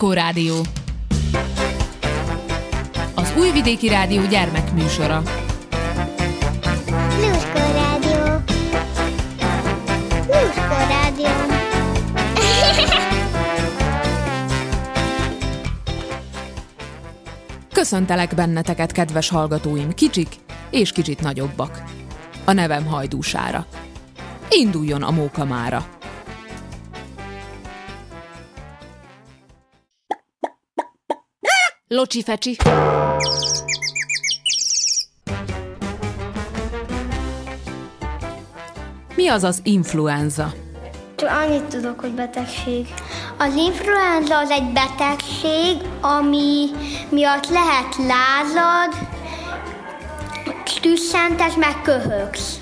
Lluskó Rádió. Az Újvidéki Rádió gyermekműsora. Lluskó Rádió. Lluskó Rádió. Köszöntelek benneteket, kedves hallgatóim, kicsik és kicsit nagyobbak. A nevem Hajdúsára. Induljon a móka mára! Locsi-fecsi! Mi az az influenza? Csak annyit tudok, hogy betegség. Az influenza az egy betegség, ami miatt lehet lázad, tüsszentesz, meg köhögsz.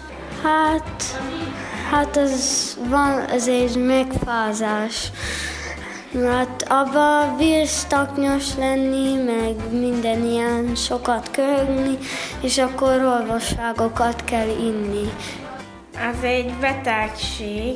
Hát ez egy megfázás. Hát abban bírsz taknyos lenni, meg minden ilyen, sokat köhögni, és akkor orvosságokat kell inni. Az egy betegség,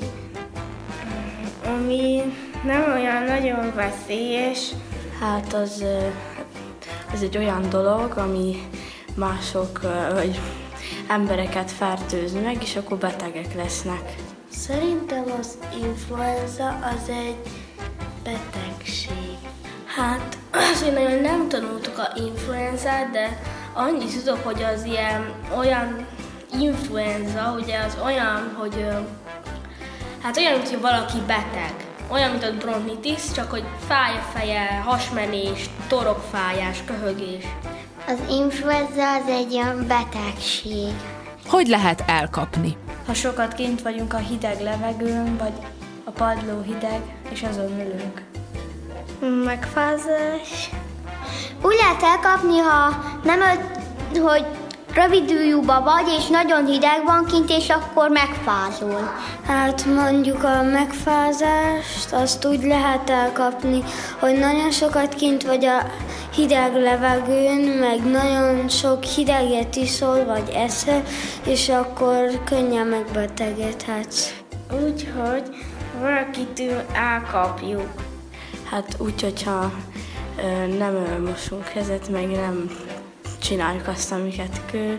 ami nem olyan nagyon veszélyes. Hát az egy olyan dolog, ami mások vagy embereket fertőz meg, és akkor betegek lesznek. Szerintem az influenza az egy betegség. Hát azért nagyon nem tanultuk a influenzát, de annyit tudok, hogy az ilyen olyan influenza, ugye az olyan, hogy hát olyan, mint hogy valaki beteg. Olyan, mint a bronchitis, csak hogy fáj a feje, hasmenés, torokfájás, köhögés. Az influenza az egy olyan betegség. Hogy lehet elkapni? Ha sokat kint vagyunk a hideg levegőn, vagy a padló hideg, és azon ülünk. Megfázás. Úgy lehet elkapni, ha nem hogy rövidüljúba vagy, és nagyon hideg van kint, és akkor megfázol. Hát mondjuk a megfázást azt úgy lehet elkapni, hogy nagyon sokat kint vagy a hideg levegőn, meg nagyon sok hideget iszol, vagy eszel, és akkor könnyen megbetegedhetsz. Úgyhogy valakitől elkapjuk. Hát úgy, hogyha nem mosunk kezet, meg nem csináljuk azt, amiket kell.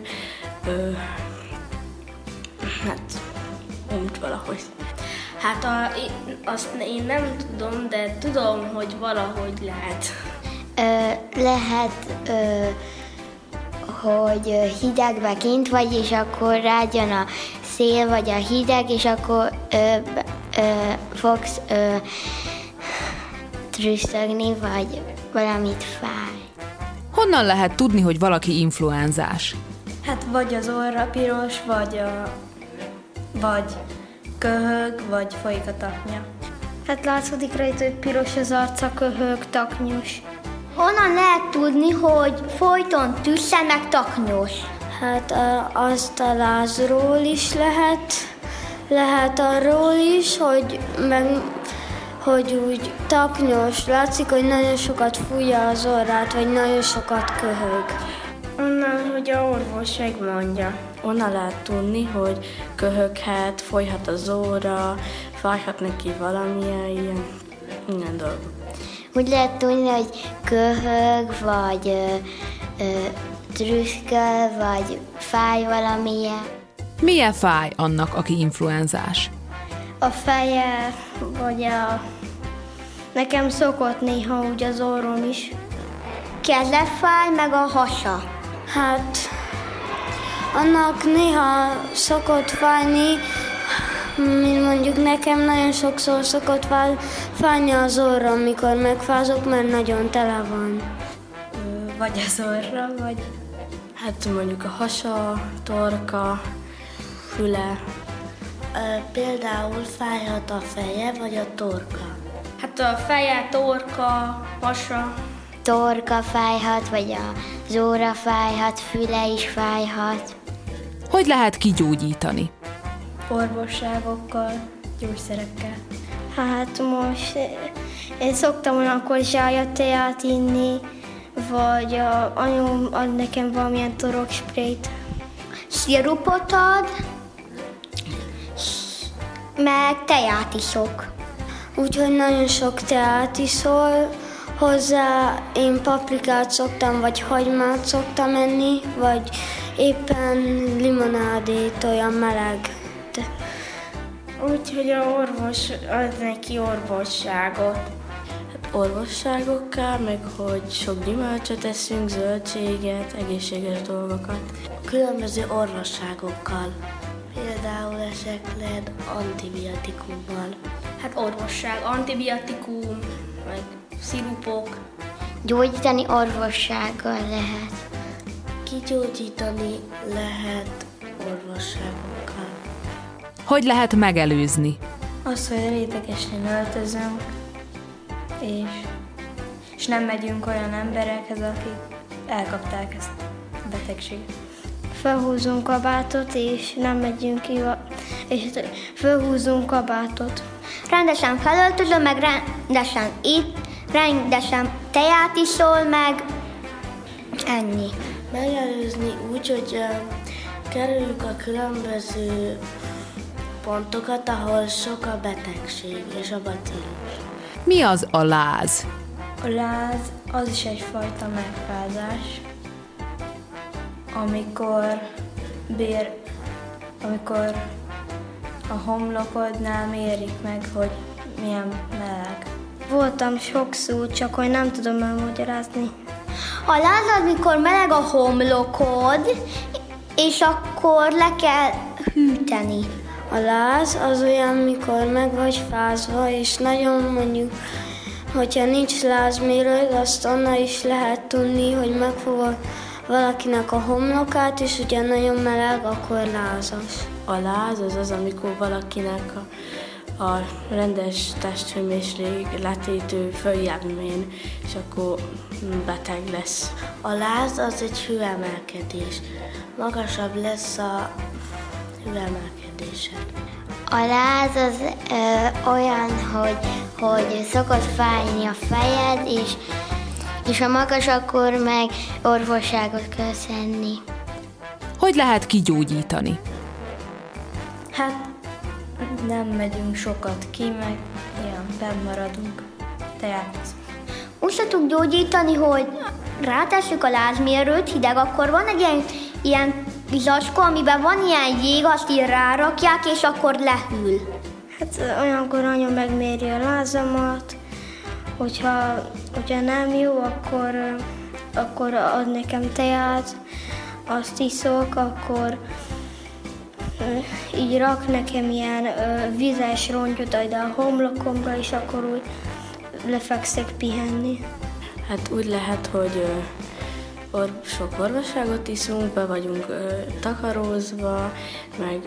Hát úgy valahogy. Hát azt én nem tudom, de tudom, hogy valahogy lehet. Lehet, hogy hidegbe kint vagy, és akkor rád jön a szél, vagy a hideg, és akkor fogsz trüsszögni, vagy valamit fáj. Honnan lehet tudni, hogy valaki influenzás? Hát vagy az orra piros, vagy köhög, vagy folyik a taknya. Hát látszódik rajta, hogy piros az arca, köhög, taknyos. Honnan lehet tudni, hogy folyton tüsszel, meg taknyos? Hát azt a lázról is lehet arról is, hogy úgy taknyos, látszik, hogy nagyon sokat fújja az orrát, vagy nagyon sokat köhög. Onnan, hogy a orvos megmondja. Onnan lehet tudni, hogy köhöghet, folyhat az óra, fájhat neki valamilyen ilyen dolog. Úgy lehet tudni, hogy köhög, vagy trüszköl, vagy fáj valamilyen. Milyen fáj annak, aki influenzás? A feje, vagy nekem szokott néha úgy az orrom is. Keze fáj, meg a hasa. Hát annak néha szokott fájni, mint mondjuk nekem nagyon sokszor szokott fájni az orrom, mikor megfázok, mert nagyon tele van. Vagy az orra, vagy hát mondjuk a hasa, torka, füle. Például fájhat a feje, vagy a torka. Hát a feje, torka, hasa. Torka fájhat, vagy az óra fájhat, füle is fájhat. Hogy lehet kigyógyítani? Orvosságokkal, gyógyszerekkel. Hát most én szoktam olyankor zsájateát inni, vagy anyum ad nekem valamilyen toroksprayt. Szirupot ad, meg teját iszok. Úgyhogy nagyon sok teát iszol, Hozzá én paprikát szoktam, vagy hagymát szoktam enni, vagy éppen limonádét, olyan meleg. Úgyhogy a orvos ad neki orvosságot. Hát orvosságokkal, meg hogy sok gyümölcsöt eszünk, zöldséget, egészséges dolgokat. Különböző orvosságokkal. Például esetleg antibiotikummal. Hát orvosság, antibiotikum, meg szirupok. Gyógyítani orvossággal lehet. Kigyógyítani lehet orvosságokkal. Hogy lehet megelőzni? Az, hogy rétegesen öltözünk, és nem megyünk olyan emberekhez, akik elkapták ezt a betegséget. Felhúzunk kabátot, és nem megyünk ki, és felhúzunk kabátot. Rendesen felöltözöl, meg rendesen itt, rendesen teját iszol, meg ennyi. Megelőzni úgy, hogy kerüljük a különböző pontokat, ahol sok a betegség és a bacillus. Mi az a láz? A láz az is egyfajta megfázás, amikor a homlokodnál mérik meg, hogy milyen meleg. Voltam sokszor, csak hogy nem tudom elmagyarázni. A láz az, mikor meleg a homlokod, és akkor le kell hűteni. A láz az olyan, mikor meg vagy fázva, és nagyon mondjuk, hogyha nincs lázmérőd, azt onnan is lehet tudni, hogy megfogod valakinek a homlokát, és ugye nagyon meleg, akkor lázas. A láz az, amikor valakinek a rendes testhőmérséklet letétő följebb-mén, és akkor beteg lesz. A láz az egy hőemelkedés. Magasabb lesz a hőemelkedésed. A láz az olyan, hogy szokott fájni a fejed, és ha magas, akkor meg orvosságot kell szedni. Hogy lehet kigyógyítani? Hát nem megyünk sokat ki, meg ilyen benn maradunk, teját. Úgy szoktuk gyógyítani, hogy rátesszük a lázmérőt, hideg, akkor van egy ilyen zacskó, amiben van ilyen jég, azt így rárakják, és akkor lehűl. Hát olyankor anya megméri a lázamat, hogyha nem jó, akkor ad nekem teját, azt iszok, akkor így rak nekem ilyen vizes rongyot ide a homlokomra, és akkor úgy lefekszek pihenni. Hát úgy lehet, hogy sok orvosságot iszunk, be vagyunk takarózva, meg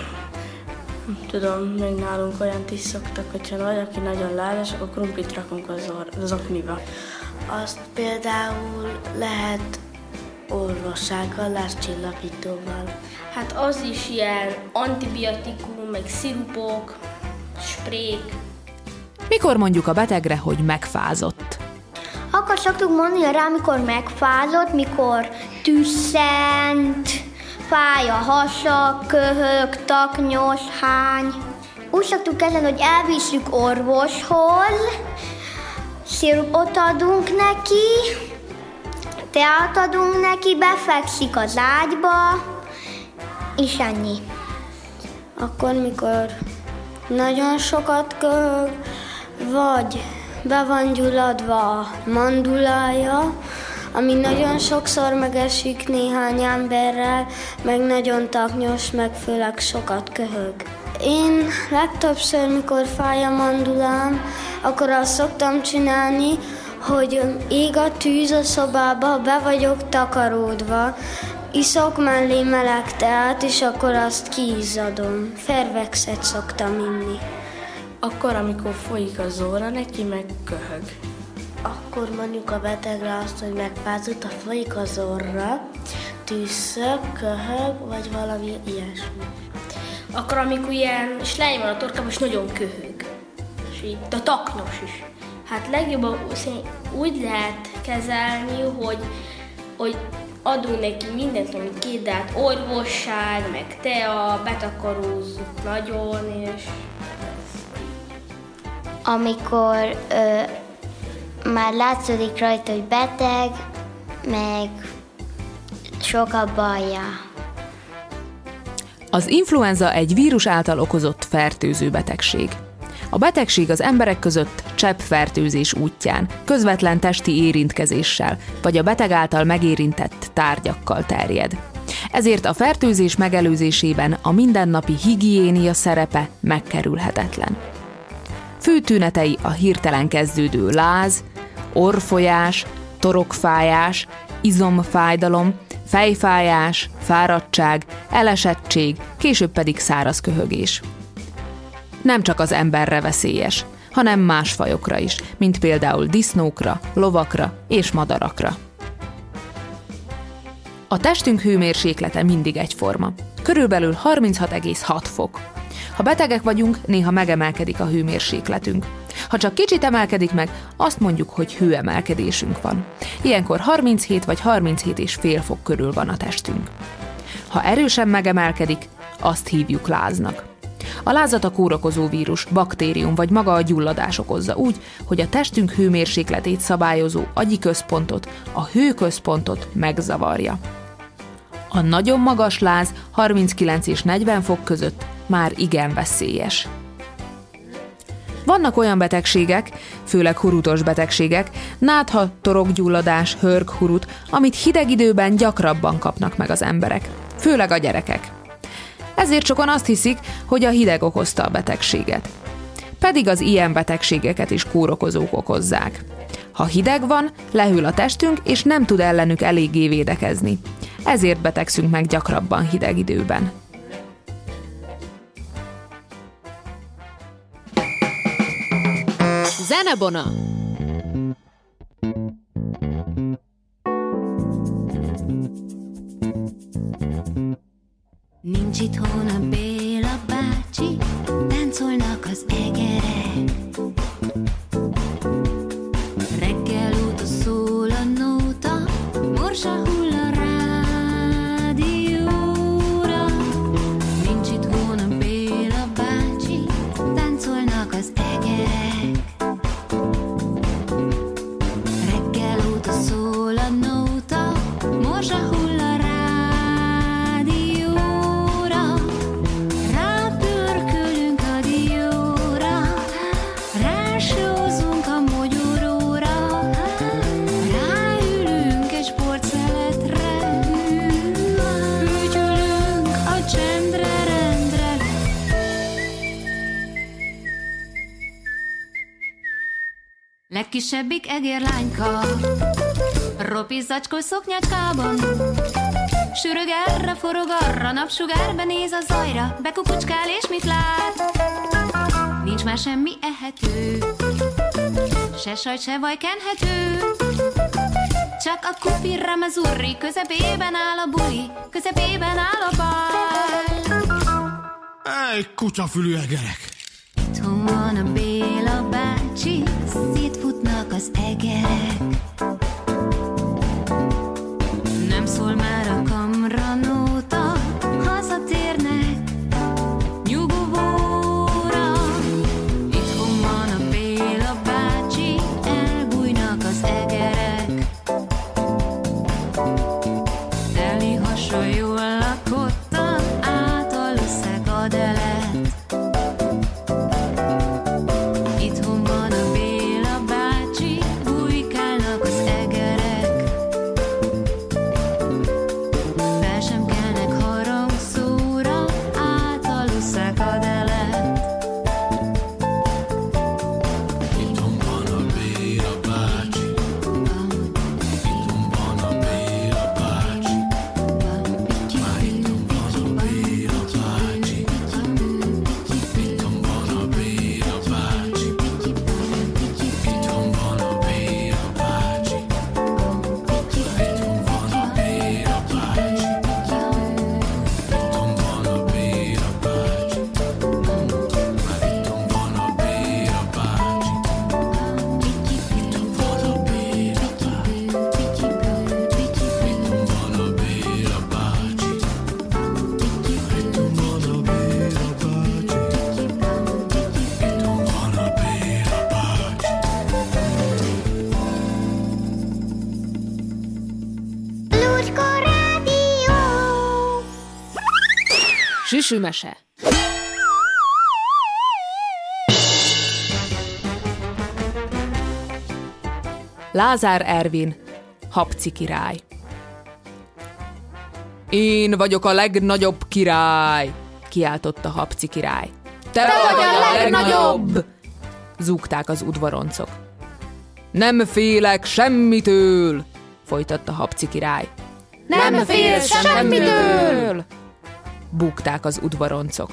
tudom, még nálunk olyant is szoktak, hogyha valaki nagyon lázas, akkor krumplit rakunk az okniba. Azt például lehet orvossággal, lázcsillapítóval. Hát az is ilyen antibiotikum, meg szirupok, sprék. Mikor mondjuk a betegre, hogy megfázott? Akkor szoktuk mondani rá, mikor megfázott, mikor tüsszent, fáj a hasa, köhög, taknyos, hány. Úgy szoktuk kezdeni, hogy elviszük orvoshoz, szirupot adunk neki, teát adunk neki, befekszik az ágyba, és ennyi. Akkor, mikor nagyon sokat köhög, vagy be van gyulladva a mandulája, ami nagyon sokszor megesik néhány emberrel, meg nagyon taknyos, meg főleg sokat köhög. Én legtöbbször, mikor fáj a mandulám, akkor azt szoktam csinálni, hogy ég a tűz a szobába, be vagyok takaródva, iszok mellé meleg teát, és akkor azt kiizzadom. Fervexet szoktam inni. Akkor, amikor folyik az óra, neki meg köhög. Akkor mondjuk a betegre azt, hogy megfázott, ha folyik az orra, tűzszög, köhög, vagy valami ilyesmi. Akkor, amikor ilyen slány van a torkában, és nagyon köhög. És így, de taknos is. Hát legjobban úgy lehet kezelni, hogy adunk neki mindent, amit két, de hát orvosság, meg tea, betakarózzuk nagyon, és... Amikor már látszódik rajta, hogy beteg, meg sok a baja. Az influenza egy vírus által okozott fertőző betegség. A betegség az emberek között cseppfertőzés útján, közvetlen testi érintkezéssel, vagy a beteg által megérintett tárgyakkal terjed. Ezért a fertőzés megelőzésében a mindennapi higiénia szerepe megkerülhetetlen. Fő tünetei a hirtelen kezdődő láz, orrfolyás, torokfájás, izomfájdalom, fejfájás, fáradtság, elesettség, később pedig száraz köhögés. Nem csak az emberre veszélyes, hanem más fajokra is, mint például disznókra, lovakra és madarakra. A testünk hőmérséklete mindig egyforma, körülbelül 36,6 fok. Ha betegek vagyunk, néha megemelkedik a hőmérsékletünk. Ha csak kicsit emelkedik meg, azt mondjuk, hogy hőemelkedésünk van. Ilyenkor 37 vagy 37,5 fok körül van a testünk. Ha erősen megemelkedik, azt hívjuk láznak. A lázat a kórokozó vírus, baktérium vagy maga a gyulladás okozza úgy, hogy a testünk hőmérsékletét szabályozó agyi központot, a hőközpontot megzavarja. A nagyon magas láz 39 és 40 fok között már igen veszélyes. Vannak olyan betegségek, főleg hurutos betegségek, nátha, torokgyulladás, hörghurut, amit hideg időben gyakrabban kapnak meg az emberek, főleg a gyerekek. Ezért sokan azt hiszik, hogy a hideg okozta a betegséget. Pedig az ilyen betegségeket is kórokozók okozzák. Ha hideg van, lehűl a testünk, és nem tud ellenük eléggé védekezni. Ezért betegszünk meg gyakrabban hideg időben. Zenebona! Nincs itthon a Béla bácsi, táncolnak az egerek. Reggel óta szól a nóta, morsa hull a rádióra. Nincs itthon a Béla bácsi, táncolnak az egerek. Reggel óta szól a nóta, morsa hull a rádióra. Rápörkölünk a dióra, rásózunk a mogyoróra, ráülünk egy sportszeletre, ügyülünk a csendre, rendre. Legkisebbik egérlánykka, ropi zacskós szoknyácskában, sürög erre, forog arra, napsugárba néz a zajra, bekukucskál és mit lát? Nincs már semmi ehető, se sajt, se vaj kenhető, csak a kupi ramazurri, közepében áll a buli, közepében áll a bál. Ej, kutyafülű egerek! Itthon van a Béla bácsi, szétfutnak az egerek. Nem szól már a kamranóta, hazatérnek nyugovóra. Itthon van a Béla bácsi, elbújnak az egerek. Teli hasa jól lakottan, átalusszák a delet. Itthon van a Béla bácsi, bújik Süsümese. Lázár Ervin, Habci király. Én vagyok a legnagyobb király, kiáltotta Habci király. Te vagy a legnagyobb! Zúgták az udvaroncok. Nem félek semmitől, folytatta Habci király. Nem félsz semmitől! Búgták az udvaroncok.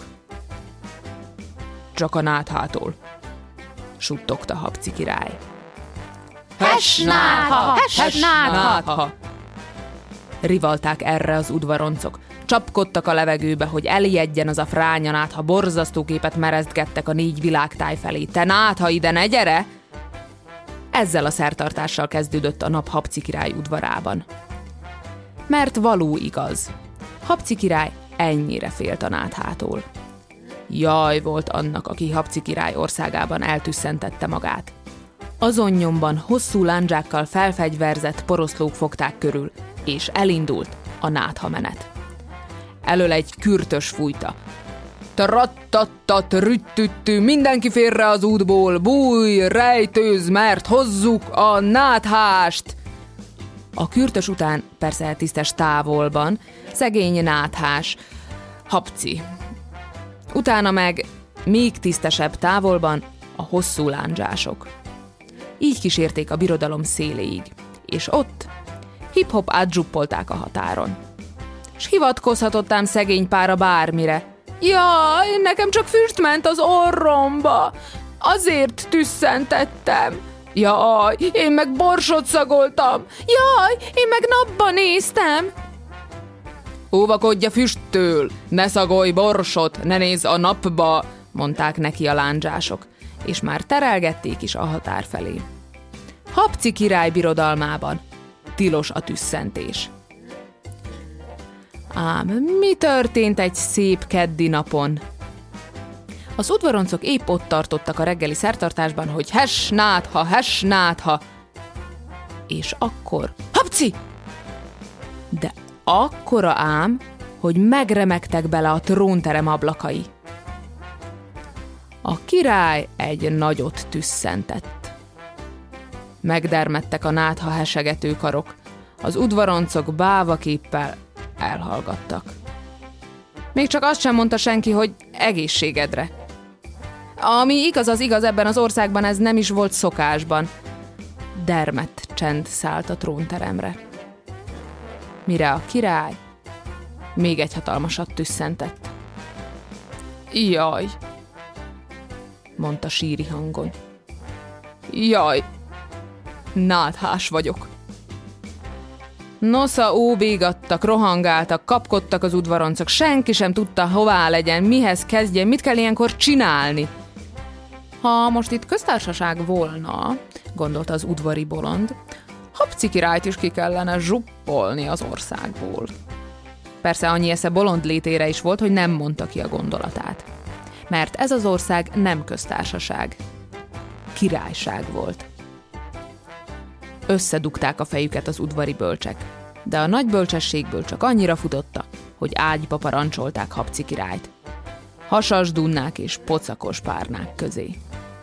Csak a náthától, suttogta Habci király. Hess nátha! Hess nátha! Rivalták erre az udvaroncok. Csapkodtak a levegőbe, hogy elijedjen az a fránya nátha, borzasztó képet merezgettek a 4 világtáj felé. Te nátha, ide ne gyere! Ezzel a szertartással kezdődött a nap Habci király udvarában. Mert való igaz. Habci király ennyire félt a náthától. Jaj volt annak, aki Habci király országában eltüsszentette magát. Azon nyomban hosszú lándzsákkal felfegyverzett poroszlók fogták körül, és elindult a nátha menet. Elől egy kürtös fújta. Trattattat, rüttüttű, mindenki félre az útból, bújj, rejtőz, mert hozzuk a náthást! A kürtös után, persze tisztes távolban, szegény náthás, Habci. Utána meg még tisztesebb távolban a hosszú lándzsások. Így kísérték a birodalom széléig, és ott hip-hop átzsuppolták a határon. S hivatkozhatott ám szegény pára bármire. Jaj, nekem csak füst ment az orromba, azért tüsszentettem. Jaj, én meg borsot szagoltam. Jaj, én meg napba néztem. Óvakodj a füsttől, ne szagolj borsot, ne nézz a napba, mondták neki a lándzsások, és már terelgették is a határ felé. Habci király birodalmában tilos a tüsszentés. Ám mi történt egy szép keddi napon? Az udvaroncok épp ott tartottak a reggeli szertartásban, hogy hess nátha, és akkor Habci! De akkora ám, hogy megremegtek bele a trónterem ablakai. A király egy nagyot tüsszentett. Megdermedtek a nátha hesegető karok, az udvaroncok bávaképpel elhallgattak. Még csak azt sem mondta senki, hogy egészségedre. Ami igaz, az igaz, ebben az országban ez nem is volt szokásban. Dermedt csend szállt a trónteremre. Mire a király még egy hatalmasat tüsszentett. Jaj, mondta síri hangon. Jaj, náthás vagyok. Nosza óbégattak, rohangáltak, kapkodtak az udvaroncok, senki sem tudta, hová legyen, mihez kezdjen, mit kell ilyenkor csinálni. Ha most itt köztársaság volna, gondolta az udvari bolond, Habci királyt is ki kellene zsuppolni az országból. Persze annyi esze bolond létére is volt, hogy nem mondta ki a gondolatát. Mert ez az ország nem köztársaság. Királyság volt. Összedugták a fejüket az udvari bölcsek, de a nagy bölcsességből csak annyira futotta, hogy ágyba parancsolták Habci királyt. Hasas dunnák és pocakos párnák közé.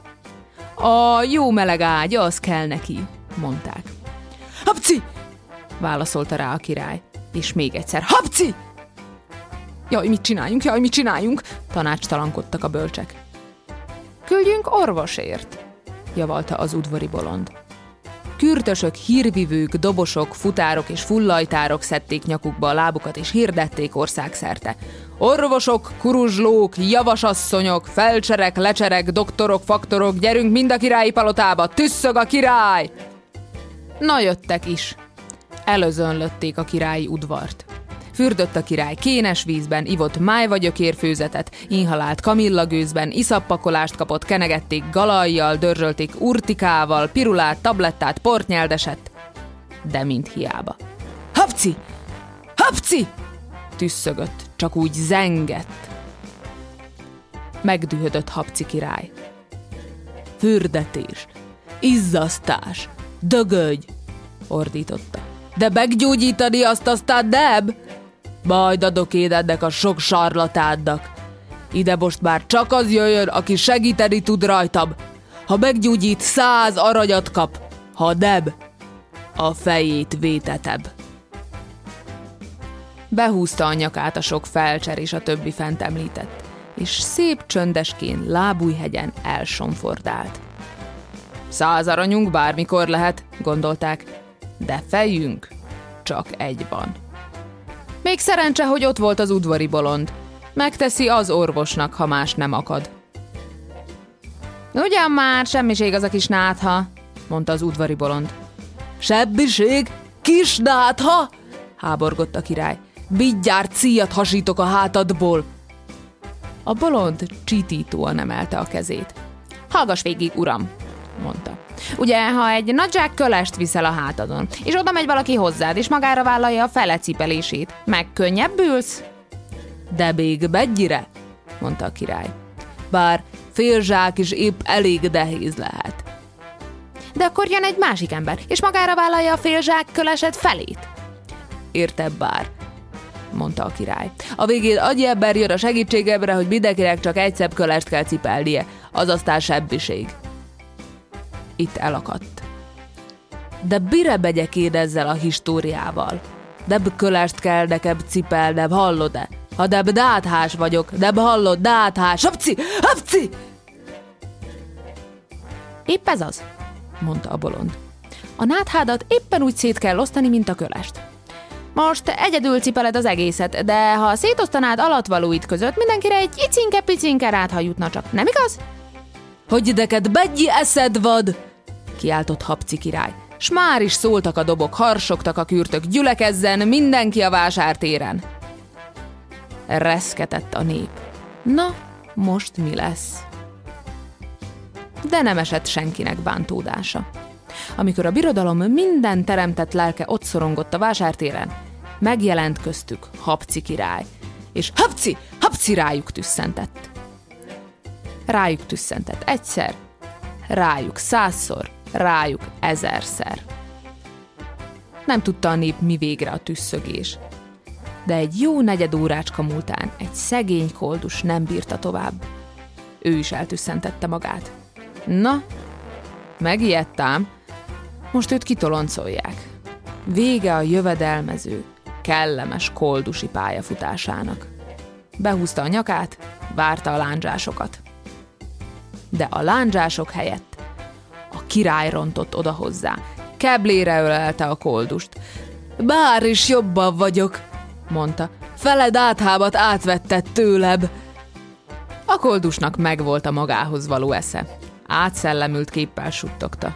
A jó meleg ágy, az kell neki, mondták. Habci! Válaszolta rá a király, és még egyszer, Habci! Jaj, mit csináljunk? Tanácstalankodtak a bölcsek. Küldjünk orvosért, javalta az udvari bolond. Kürtösök, hírvivők, dobosok, futárok és fullajtárok szedték nyakukba a lábukat, és hirdették országszerte. Orvosok, kuruzslók, javasasszonyok, felcserek, lecserek, doktorok, faktorok, gyerünk mind a királyi palotába, tüsszög a király! Na jöttek is. Előzönlötték a királyi udvart. Fürdött a király kénes vízben, ivott májvagyökérfőzetet, inhalált kamillagőzben, iszappakolást kapott, kenegették galajjal, dörzsölték urtikával, pirulát, tablettát, portnyeldeset. De mind hiába. Habci! Habci! Tüsszögött, csak úgy zengett. Megdühödött Habci király. Fürdetés, izzasztás, dögögy, ordította. De meggyógyítani azt aztán nem! majd adok édednek a sok sarlatádnak. Ide most már csak az jöjjön, aki segíteni tud rajtam. Ha meggyógyít, 100 aranyat kap, ha nem, a fejét vétetebb. Behúzta a nyakát a sok felcser és a többi fent említett, és szép csöndeskén Lábújhegyen elsomfordált. 100 aranyunk bármikor lehet, gondolták, de fejünk csak egy van. Még szerencse, hogy ott volt az udvari bolond. Megteszi az orvosnak, ha más nem akad. Ugyan már, semmiség az a kis nátha, mondta az udvari bolond. Semmiség? Kis nátha? Háborgott a király. Mindjárt szíjat hasítok a hátadból. A bolond csitítóan emelte a kezét. Hallgass végig, uram, mondta. Ugye, ha egy nagy zsák kölest viszel a hátadon, és oda megy valaki hozzád, és magára vállalja a fele cipelését, megkönnyebbülsz? De még mennyire? Mondta a király. Bár fél zsák is épp elég nehéz lehet. De akkor jön egy másik ember, és magára vállalja a fél zsák köleset felét. Értem bár, mondta a király. A végén annyi ember jön a segítségemre, hogy mindenkinek csak egy szebb kölest kell cipelnie, az aztán semmiség. Itt elakadt. De mire megyek én ezzel a históriával? Nem kölest kell nekem cipelnem, hallod-e? Ha nem náthás vagyok, nem hallod, náthás, hapci, hapci! Épp ez az, mondta a bolond. A náthádat éppen úgy szét kell osztani, mint a kölest. Most egyedül cipeled az egészet, de ha szétosztanád alatvalóid között, mindenkire egy icinke-picinke nátha jutna csak, nem igaz? Hogy neked mennyi eszed van? Kiáltott Hapci király. S már is szóltak a dobok, harsogtak a kürtök, gyülekezzen mindenki a vásártéren. Reszketett a nép. Na, most mi lesz? De nem esett senkinek bántódása. Amikor a birodalom minden teremtett lelke ott szorongott a vásártéren, megjelent köztük Hapci király, és Hapci, Hapci rájuk tüsszentett. Rájuk tüsszentett egyszer, rájuk 100-szor, rájuk 1000-szer. Nem tudta a nép, mi végre a tüsszögés. De egy jó negyed órácska múltán egy szegény koldus nem bírta tovább. Ő is eltüsszentette magát. Na, megijedtám, most őt kitoloncolják. Vége a jövedelmező, kellemes koldusi pályafutásának. Behúzta a nyakát, várta a lándzsásokat. De a lándzsások helyett a király rontott oda hozzá. Keblére ölelte a koldust. Bár is jobban vagyok, mondta. Fele náthámat átvetted tőlem. A koldusnak megvolt a magához való esze. Átszellemült képpel suttogta.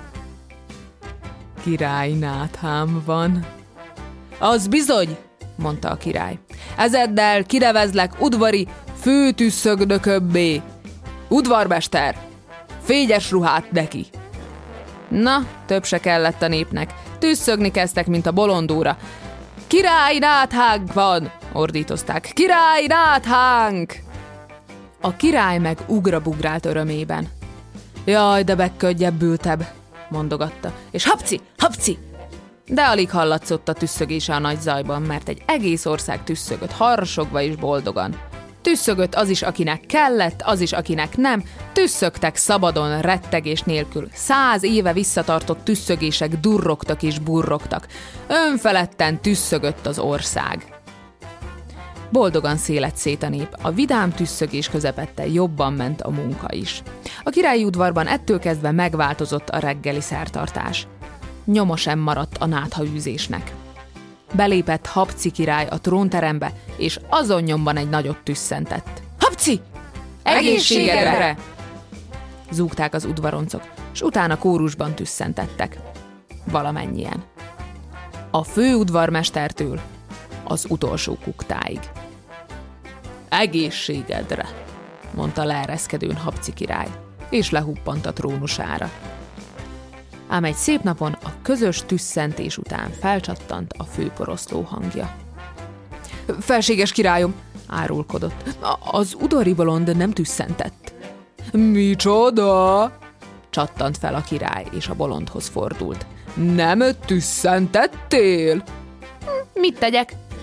Király náthám van. Az bizony, mondta a király. Ezeddel kinevezlek udvari főtüsszögnököbbé. Udvarmester, fényes ruhát neki. Na, több se kellett a népnek. Tüsszögni kezdtek, mint a bolondóra. Király náthánk van, ordítozták. Király náthánk! A király meg ugrabugrált örömében. Jaj, de megkönnyebbültebb, mondogatta. És hapci, hapci! De alig hallatszott a tüsszögése a nagy zajban, mert egy egész ország tüsszögött, harsogva és boldogan. Tüsszögött az is, akinek kellett, az is, akinek nem. Tüsszögtek szabadon, rettegés nélkül. 100 éve visszatartott tüsszögések durrogtak és burrogtak. Önfeledten tüsszögött az ország. Boldogan szélet szét a nép, a vidám tüsszögés közepette jobban ment a munka is. A királyi udvarban ettől kezdve megváltozott a reggeli szertartás. Nyoma sem maradt a náthaűzésnek. Belépett Hapci király a trónterembe, és azon nyomban egy nagyot tüsszentett. Hapci! Egészségedre! Zúgták az udvaroncok, s utána kórusban tüsszentettek. Valamennyien. A főudvarmestertől az utolsó kuktáig. Egészségedre! Mondta leereszkedőn Hapci király, és lehuppant a trónusára. Ám egy szép napon a közös tüsszentés után felcsattant a főporoszló hangja. Felséges királyom, árulkodott, az udvari bolond nem tüsszentett. Micsoda? Csattant fel a király, és a bolondhoz fordult. Nem tüsszentettél? Mit tegyek?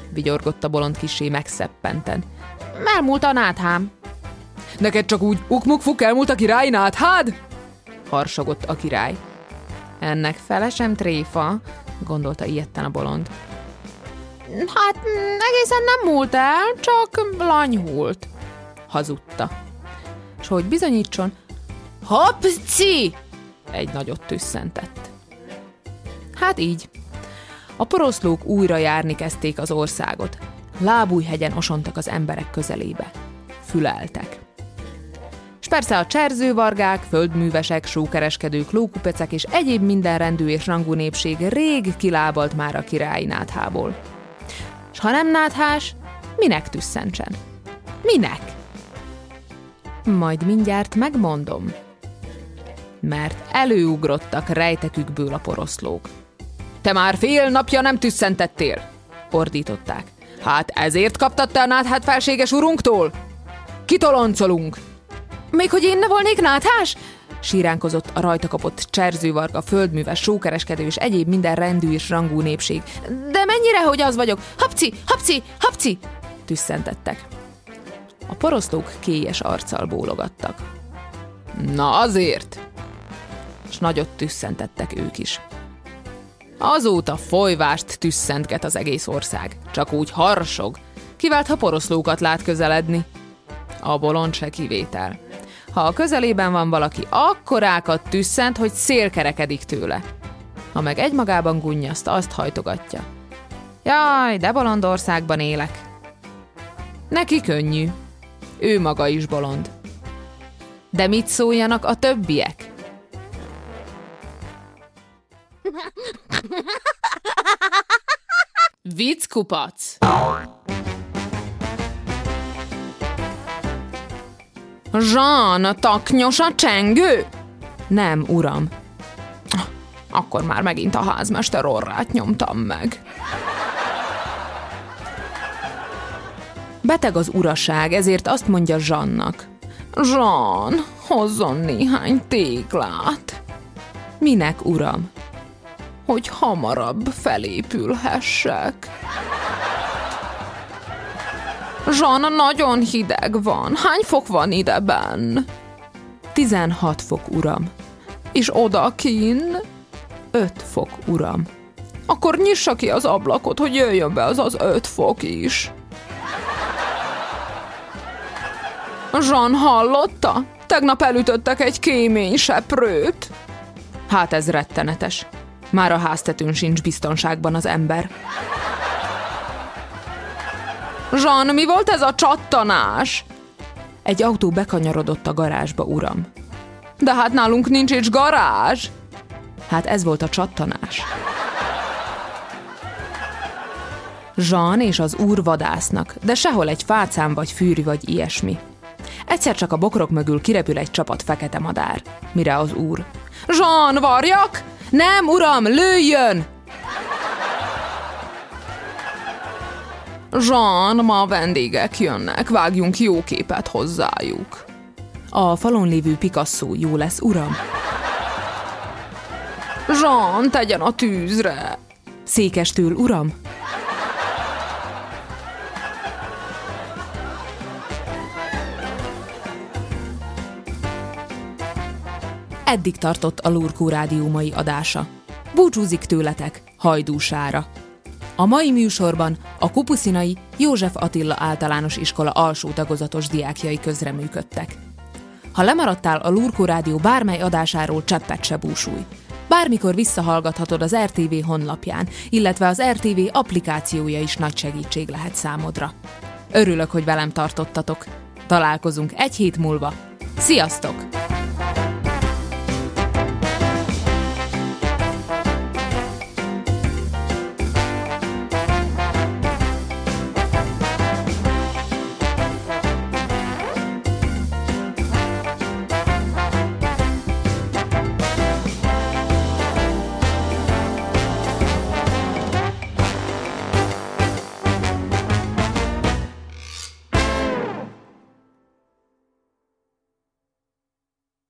vigyorgott a bolond kissé megszeppenten. Elmúlt a náthám. Neked csak úgy ukmukfuk elmúlt a királyi náthád? Harsogott a király. Ennek fele sem tréfa, gondolta ijedten a bolond. Hát egészen nem múlt el, csak lanyhult, hazudta. S hogy bizonyítson, hopci! Egy nagyot tüsszentett. Hát így. A poroszlók újra járni kezdték az országot. Lábújhegyen osontak az emberek közelébe. Füleltek. S persze a cserzővargák, földművesek, sókereskedők, lókupecek és egyéb mindenrendű és rangú népség rég kilábalt már a királyi náthából. S ha nem náthás, minek tüsszentsen? Minek? Majd mindjárt megmondom. Mert előugrottak rejtekükből a poroszlók. Te már fél napja nem tüsszentettél, ordították. Hát ezért kaptad te a náthát felséges urunktól? Kitoloncolunk! Még hogy én ne volnék náthás? Síránkozott a rajta kapott cserzővarga, földműves, sókereskedő és egyéb minden rendű és rangú népség. De mennyire, hogy az vagyok? Hapci, hapci, hapci! Tüsszentettek. A poroszlók kélyes arccal bólogattak. Na azért! S nagyot tüsszentettek ők is. Azóta folyvást tüsszentget az egész ország. Csak úgy harsog. Kivált, ha poroszlókat lát közeledni. A bolond se kivétel. Ha a közelében van valaki, akkorákat tüsszent, hogy szél kerekedik tőle. Ha meg egymagában gunnyaszt, azt hajtogatja. Jaj, de bolond országban élek. Neki könnyű. Ő maga is bolond. De mit szóljanak a többiek? Vicckupac! Zsán, taknyos a csengő? Nem, uram. Akkor már megint a házmester orrát nyomtam meg. Beteg az uraság, ezért azt mondja Zsannak. Zsán, hozzon néhány téglát. Minek, uram? Hogy hamarabb felépülhessek. Zsán, nagyon hideg van. Hány fok van idebenn? 16 fok, uram. És odakin? 5 fok, uram. Akkor nyissa ki az ablakot, hogy jöjjön be az 5 fok is. Zsán, hallotta? Tegnap elütöttek egy kéményseprőt. Hát ez rettenetes. Már a háztetőn sincs biztonságban az ember. Zsán, mi volt ez a csattanás? Egy autó bekanyarodott a garázsba, uram. De hát nálunk nincs is garázs. Hát ez volt a csattanás. Zsán és az úr vadásznak, de sehol egy fácán vagy fűri vagy ilyesmi. Egyszer csak a bokrok mögül kirepül egy csapat fekete madár. Mire az úr? Zsán, varjak? Nem, uram, lőjjön! Zsán, ma a vendégek jönnek, vágjunk jó képet hozzájuk. A falon lévő Picasso jó lesz, uram? Zsán, tegyen a tűzre. Székestől, uram? Eddig tartott a Lurkó Rádió mai adása. Búcsúzik tőletek Hajdúsára. A mai műsorban a Kupuszinai József Attila Általános Iskola alsó tagozatos diákjai közreműködtek. Ha lemaradtál a Lurkó Rádió bármely adásáról, cseppet se búsulj. Bármikor visszahallgathatod az RTV honlapján, illetve az RTV applikációja is nagy segítség lehet számodra. Örülök, hogy velem tartottatok. Találkozunk egy hét múlva. Sziasztok!